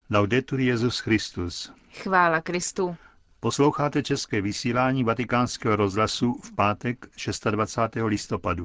Laudetur Jesus Christus. Chvála Kristu. Posloucháte české vysílání Vatikánského rozhlasu v pátek 26. listopadu.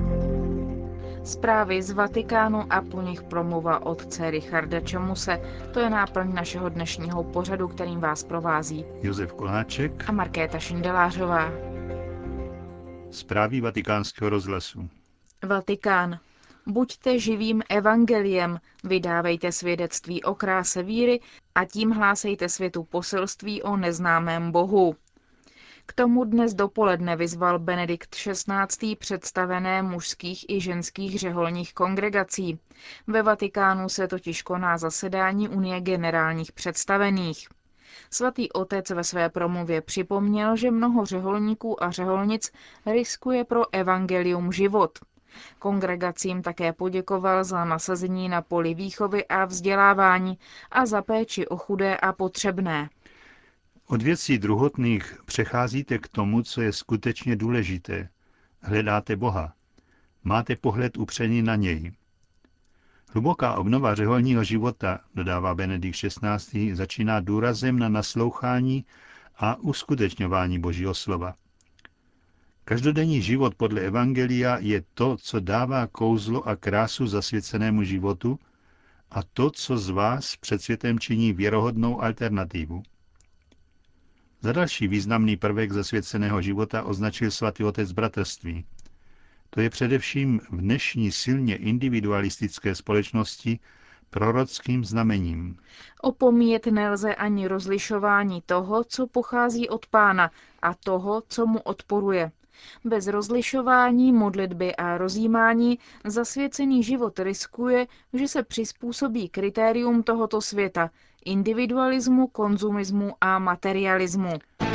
Zprávy z Vatikánu a po nich promluva otce Richarda Čemuse. To je náplň našeho dnešního pořadu, kterým vás provází Josef Koláček a Markéta Šindelářová. Zprávy Vatikánského rozhlasu. Vatikán. Buďte živým evangeliem, vydávejte svědectví o kráse víry a tím hlásejte světu poselství o neznámém Bohu. K tomu dnes dopoledne vyzval Benedikt XVI. Představené mužských i ženských řeholních kongregací. Ve Vatikánu se totiž koná zasedání Unie generálních představených. Svatý otec ve své promluvě připomněl, že mnoho řeholníků a řeholnic riskuje pro evangelium život. Kongregacím také poděkoval za nasazení na poli výchovy a vzdělávání a za péči o chudé a potřebné. Od věcí druhotných přecházíte k tomu, co je skutečně důležité. Hledáte Boha. Máte pohled upřený na něj. Hluboká obnova řeholního života, dodává Benedikt XVI., začíná důrazem na naslouchání a uskutečňování Božího slova. Každodenní život podle evangelia je to, co dává kouzlo a krásu zasvěcenému životu a to, co z vás před světem činí věrohodnou alternativu. Za další významný prvek zasvěceného života označil svatý otec bratrství. To je především v dnešní silně individualistické společnosti prorockým znamením. Opomíjet nelze ani rozlišování toho, co pochází od Pána, a toho, co mu odporuje. Bez rozlišování, modlitby a rozjímání zasvěcený život riskuje, že se přizpůsobí kritérium tohoto světa, individualismu, konzumismu a materialismu.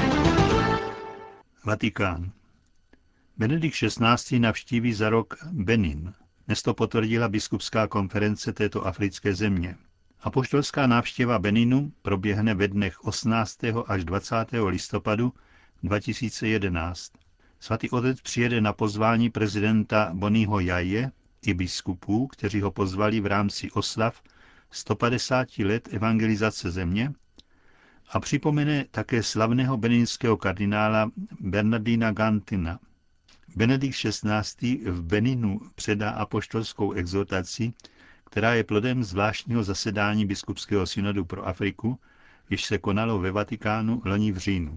Vatikán. Benedikt XVI. Navštíví za rok Benin. Dnes to potvrdila biskupská konference této africké země. Apoštolská návštěva Beninu proběhne ve dnech 18. až 20. listopadu 2011. Svatý otec přijede na pozvání prezidenta Boniho Jaje i biskupů, kteří ho pozvali v rámci oslav 150 let evangelizace země a připomene také slavného beninského kardinála Bernardina Gantina. Benedikt XVI. V Beninu předá apoštolskou exhortaci, která je plodem zvláštního zasedání biskupského synodu pro Afriku, jež se konalo ve Vatikánu loni v říjnu.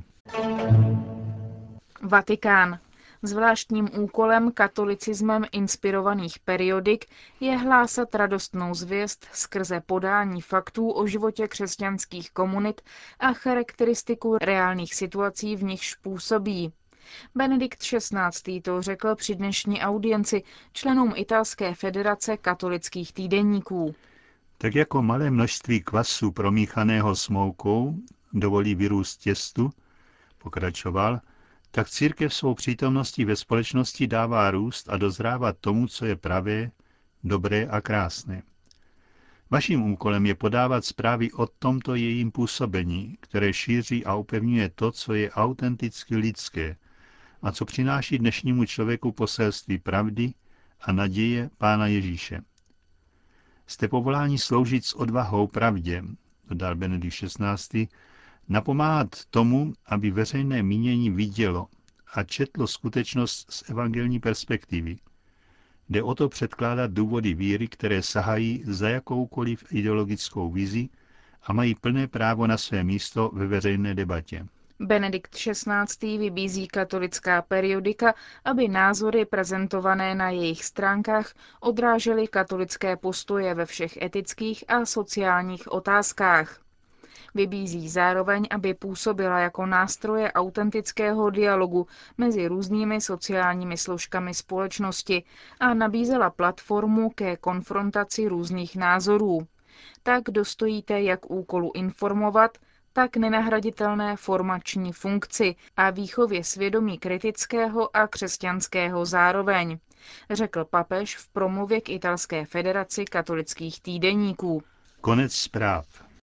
Vatikán. Zvláštním úkolem katolicismem inspirovaných periodik je hlásat radostnou zvěst skrze podání faktů o životě křesťanských komunit a charakteristiku reálných situací, v nichž působí. Benedikt XVI. To řekl při dnešní audienci členům Italské federace katolických týdeníků. Tak jako malé množství kvasu promíchaného s moukou dovolí vyrůst těstu, pokračoval, tak církev svou přítomností ve společnosti dává růst a dozrávat tomu, co je pravé, dobré a krásné. Vaším úkolem je podávat zprávy o tomto jejím působení, které šíří a upevňuje to, co je autenticky lidské a co přináší dnešnímu člověku poselství pravdy a naděje Pána Ježíše. Jste povoláni sloužit s odvahou pravdě, dodal Benedikt XVI., napomáhat tomu, aby veřejné mínění vidělo a četlo skutečnost z evangelní perspektivy. Jde o to předkládat důvody víry, které sahají za jakoukoliv ideologickou vizi a mají plné právo na své místo ve veřejné debatě. Benedikt XVI. Vybízí katolická periodika, aby názory prezentované na jejich stránkách odrážely katolické postoje ve všech etických a sociálních otázkách. Vybízí zároveň, aby působila jako nástroje autentického dialogu mezi různými sociálními složkami společnosti a nabízela platformu ke konfrontaci různých názorů. Tak dostojíte jak úkolu informovat, tak nenahraditelné formační funkci a výchově svědomí kritického a křesťanského zároveň, řekl papež v promluvě k Italské federaci katolických týdeníků. Konec zpráv.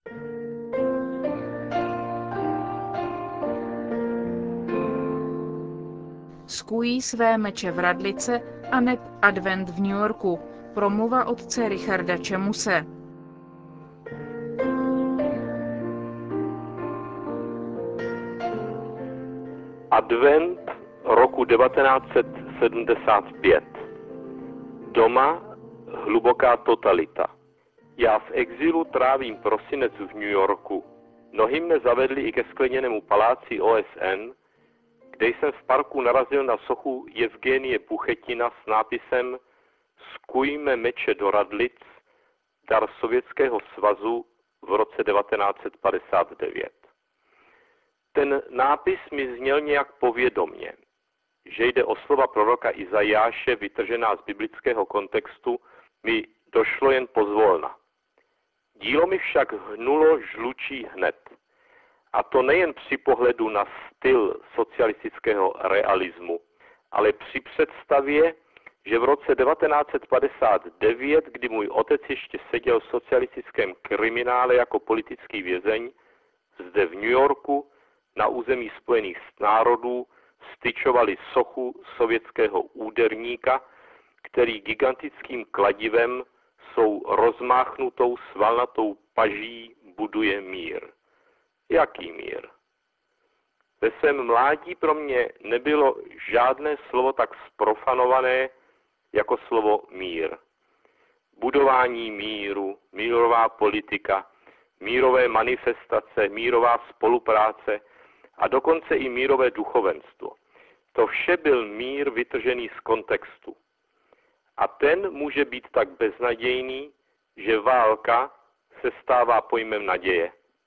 Skují své meče v Radlice a neb advent v New Yorku. Promluva otce Richarda Čemuse. Advent roku 1975. Doma hluboká totalita. Já v exilu trávím prosinec v New Yorku. Nohy mne zavedli i ke skleněnému paláci OSN, kde jsem v parku narazil na sochu Evgenie Puchetina s nápisem Skujme meče do radlic, dar Sovětského svazu v roce 1959. Ten nápis mi zněl nějak povědomně, že jde o slova proroka Izajáše vytržená z biblického kontextu, mi došlo jen pozvolna. Dílo mi však hnulo žlučí hned. A to nejen při pohledu na styl socialistického realismu, ale při představě, že v roce 1959, kdy můj otec ještě seděl v socialistickém kriminále jako politický vězeň, zde v New Yorku, na území Spojených národů, styčovali sochu sovětského úderníka, který gigantickým kladivem svou rozmáchnutou svalnatou paží buduje mír. Jaký mír? Ve svém mládí pro mě nebylo žádné slovo tak zprofanované jako slovo mír. Budování míru, mírová politika, mírové manifestace, mírová spolupráce a dokonce i mírové duchovenstvo. To vše byl mír vytržený z kontextu. A ten může být tak beznadějný, že válka se stává pojmem naděje.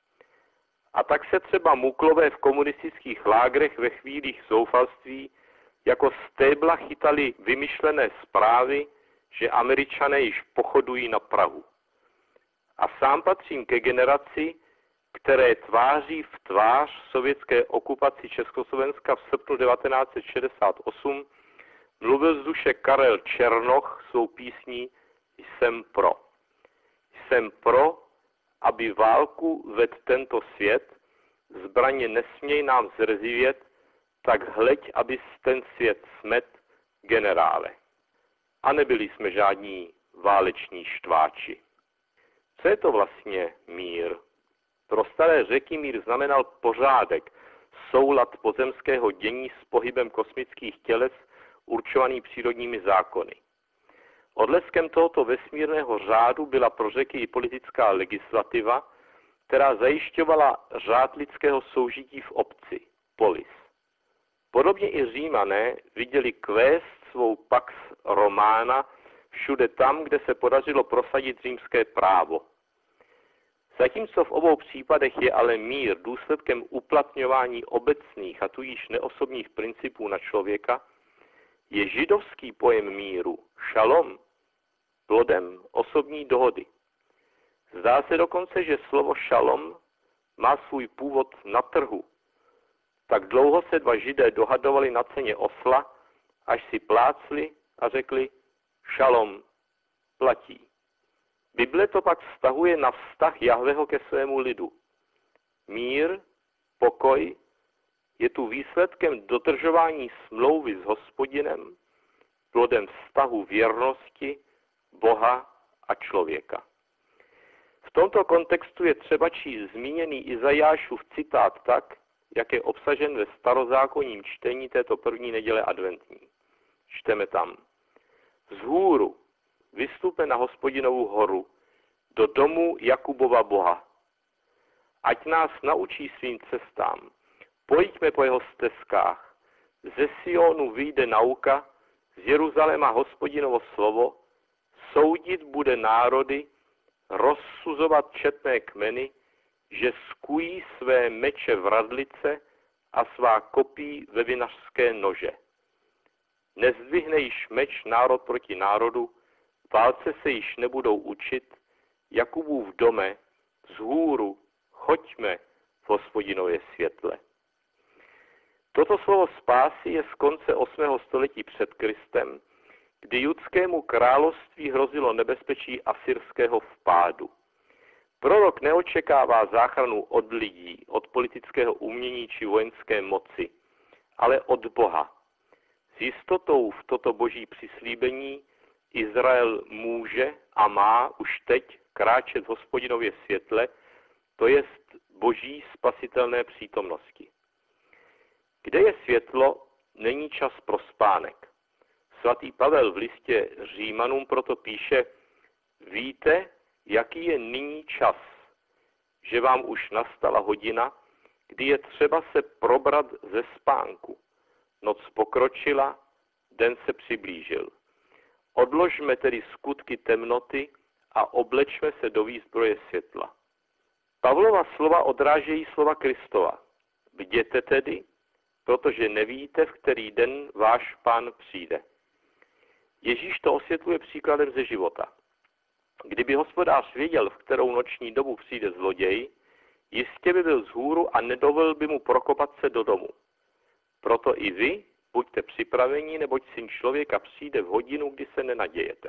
A tak se třeba muklové v komunistických lágrech ve chvílích zoufalství jako stébla chytali vymyšlené zprávy, že Američané již pochodují na Prahu. A sám patřím ke generaci, které tváří v tvář sovětské okupaci Československa v srpnu 1968 mluvil z duše Karel Černoch svou písní Jsem pro. Jsem pro, aby válku vedl tento svět, zbraně nesměj nám zrzivět, tak hleď, aby ten svět smet, generále. A nebyli jsme žádní váleční štváči. Co je to vlastně mír? Pro staré Řeky mír znamenal pořádek, soulad pozemského dění s pohybem kosmických těles určovaný přírodními zákony. Odleskem tohoto vesmírného řádu byla pro Řeky i politická legislativa, která zajišťovala řád lidského soužití v obci, polis. Podobně i Římané viděli kvést svou pax Romana všude tam, kde se podařilo prosadit římské právo. Zatímco v obou případech je ale mír důsledkem uplatňování obecných a tudíž neosobních principů na člověka, je židovský pojem míru, šalom, plodem osobní dohody. Zdá se dokonce, že slovo šalom má svůj původ na trhu. Tak dlouho se dva Židé dohadovali na ceně osla, až si plácli a řekli šalom, platí. Bible to pak vztahuje na vztah Jahveho ke svému lidu. Mír, pokoj je tu výsledkem dodržování smlouvy s Hospodinem, plodem vztahu věrnosti Boha a člověka. V tomto kontextu je třeba číst zmíněný Izajášův citát tak, jak je obsažen ve starozákonním čtení této první neděle adventní. Čteme tam. Vzhůru vystupe na Hospodinovu horu, do domu Jakubova Boha. Ať nás naučí svým cestám. Pojďme po jeho stezkách. Ze Sionu vyjde nauka, z Jeruzaléma Hospodinovo slovo, soudit bude národy, rozsuzovat četné kmeny, že skují své meče v radlice a svá kopí ve vinařské nože. Nezdvihne již meč národ proti národu, válce se již nebudou učit, Jakubův dome, vzhůru, choďme v Hospodinově světle. Toto slovo spásy je z konce 8. století před Kristem, kdy judskému království hrozilo nebezpečí asyrského vpádu. Prorok neočekává záchranu od lidí, od politického umění či vojenské moci, ale od Boha. S jistotou v toto boží přislíbení Izrael může a má už teď kráčet v Hospodinově světle, to jest boží spasitelné přítomnosti. Kde je světlo, není čas pro spánek. Svatý Pavel v listě Římanům proto píše: víte, jaký je nyní čas, že vám už nastala hodina, kdy je třeba se probrat ze spánku. Noc pokročila, den se přiblížil. Odložme tedy skutky temnoty a oblečme se do výzbroje světla. Pavlova slova odrážejí slova Kristova. Bděte tedy, protože nevíte, v který den váš Pán přijde. Ježíš to osvětluje příkladem ze života. Kdyby hospodář věděl, v kterou noční dobu přijde zloděj, jistě by byl vzhůru a nedovolil by mu prokopat se do domu. Proto i vy buďte připraveni, neboť Syn člověka přijde v hodinu, kdy se nenadějete.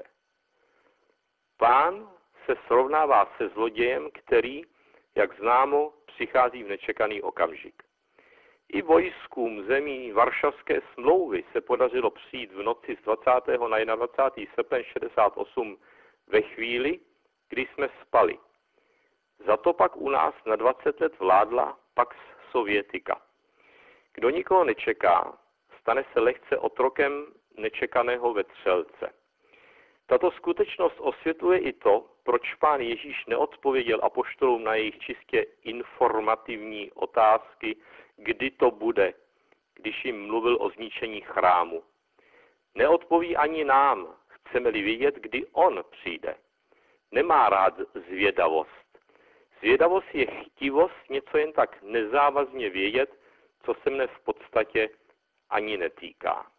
Pán se srovnává se zlodějem, který, jak známo, přichází v nečekaný okamžik. I vojskům zemí Varšavské smlouvy se podařilo přijít v noci z 20. na 21. srpen 68 ve chvíli, kdy jsme spali. Za to pak u nás na 20 let vládla Pax Sovietica. Kdo nikoho nečeká, stane se lehce otrokem nečekaného vetřelce. Tato skutečnost osvětluje i to, proč Pán Ježíš neodpověděl apoštolům na jejich čistě informativní otázky, kdy to bude, když jim mluvil o zničení chrámu. Neodpoví ani nám, chceme-li vědět, kdy on přijde. Nemá rád zvědavost. Zvědavost je chtivost něco jen tak nezávazně vědět, co se mne v podstatě ani netýká.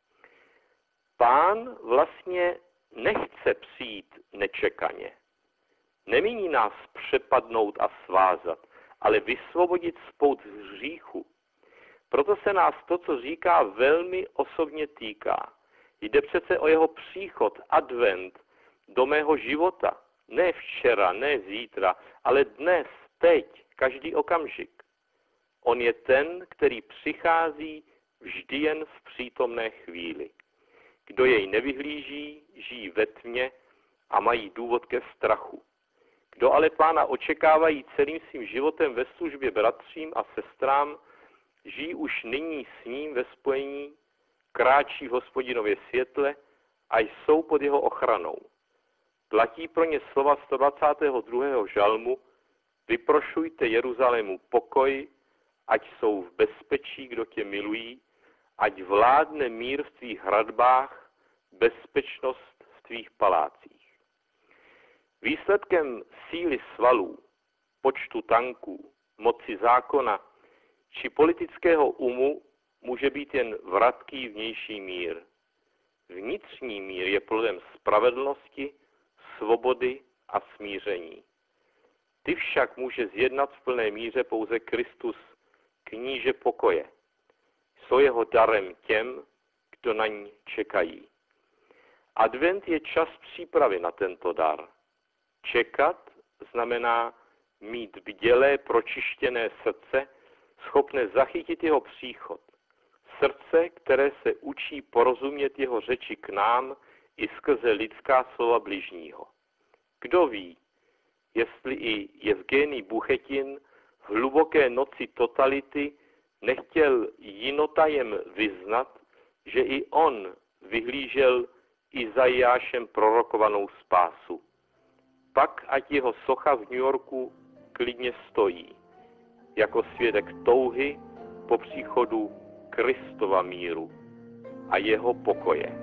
Pán vlastně nechce přijít nečekaně. Nemíní nás přepadnout a svázat, ale vysvobodit z pout hříchu. Proto se nás to, co říká, velmi osobně týká. Jde přece o jeho příchod, advent, do mého života. Ne včera, ne zítra, ale dnes, teď, každý okamžik. On je ten, který přichází vždy jen v přítomné chvíli. Kdo jej nevyhlíží, žijí ve tmě a mají důvod ke strachu. Kdo ale Pána očekávají celým svým životem ve službě bratřím a sestrám, žijí už nyní s ním ve spojení, kráčí v Hospodinově světle a jsou pod jeho ochranou. Platí pro ně slova 122. žalmu: vyprošujte Jeruzalému pokoj, ať jsou v bezpečí, kdo tě milují, ať vládne mír v tvých hradbách, bezpečnost v tvých palácích. Výsledkem síly svalů, počtu tanků, moci zákona či politického umu může být jen vratký vnější mír. Vnitřní mír je plodem spravedlnosti, svobody a smíření. Ty však může zjednat v plné míře pouze Kristus, kníže pokoje. Jsou jeho darem těm, kdo na ní čekají. Advent je čas přípravy na tento dar. Čekat znamená mít bdělé, pročištěné srdce, schopné zachytit jeho příchod. Srdce, které se učí porozumět jeho řeči k nám i skrze lidská slova bližního. Kdo ví, jestli i Evgenij Buchetin v hluboké noci totality nechtěl jinotajem vyznat, že i on vyhlížel Izajášem prorokovanou spásu. Pak ať jeho socha v New Yorku klidně stojí, jako svědek touhy po příchodu Kristova míru a jeho pokoje.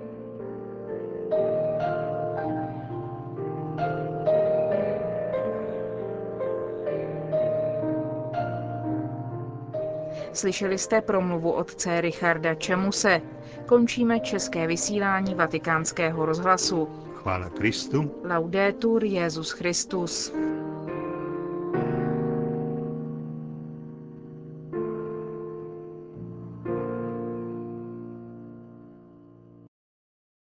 Slyšeli jste promluvu otce Richarda Čemuse. Končíme české vysílání Vatikánského rozhlasu. Chvála Kristu. Laudetur Jesus Christus.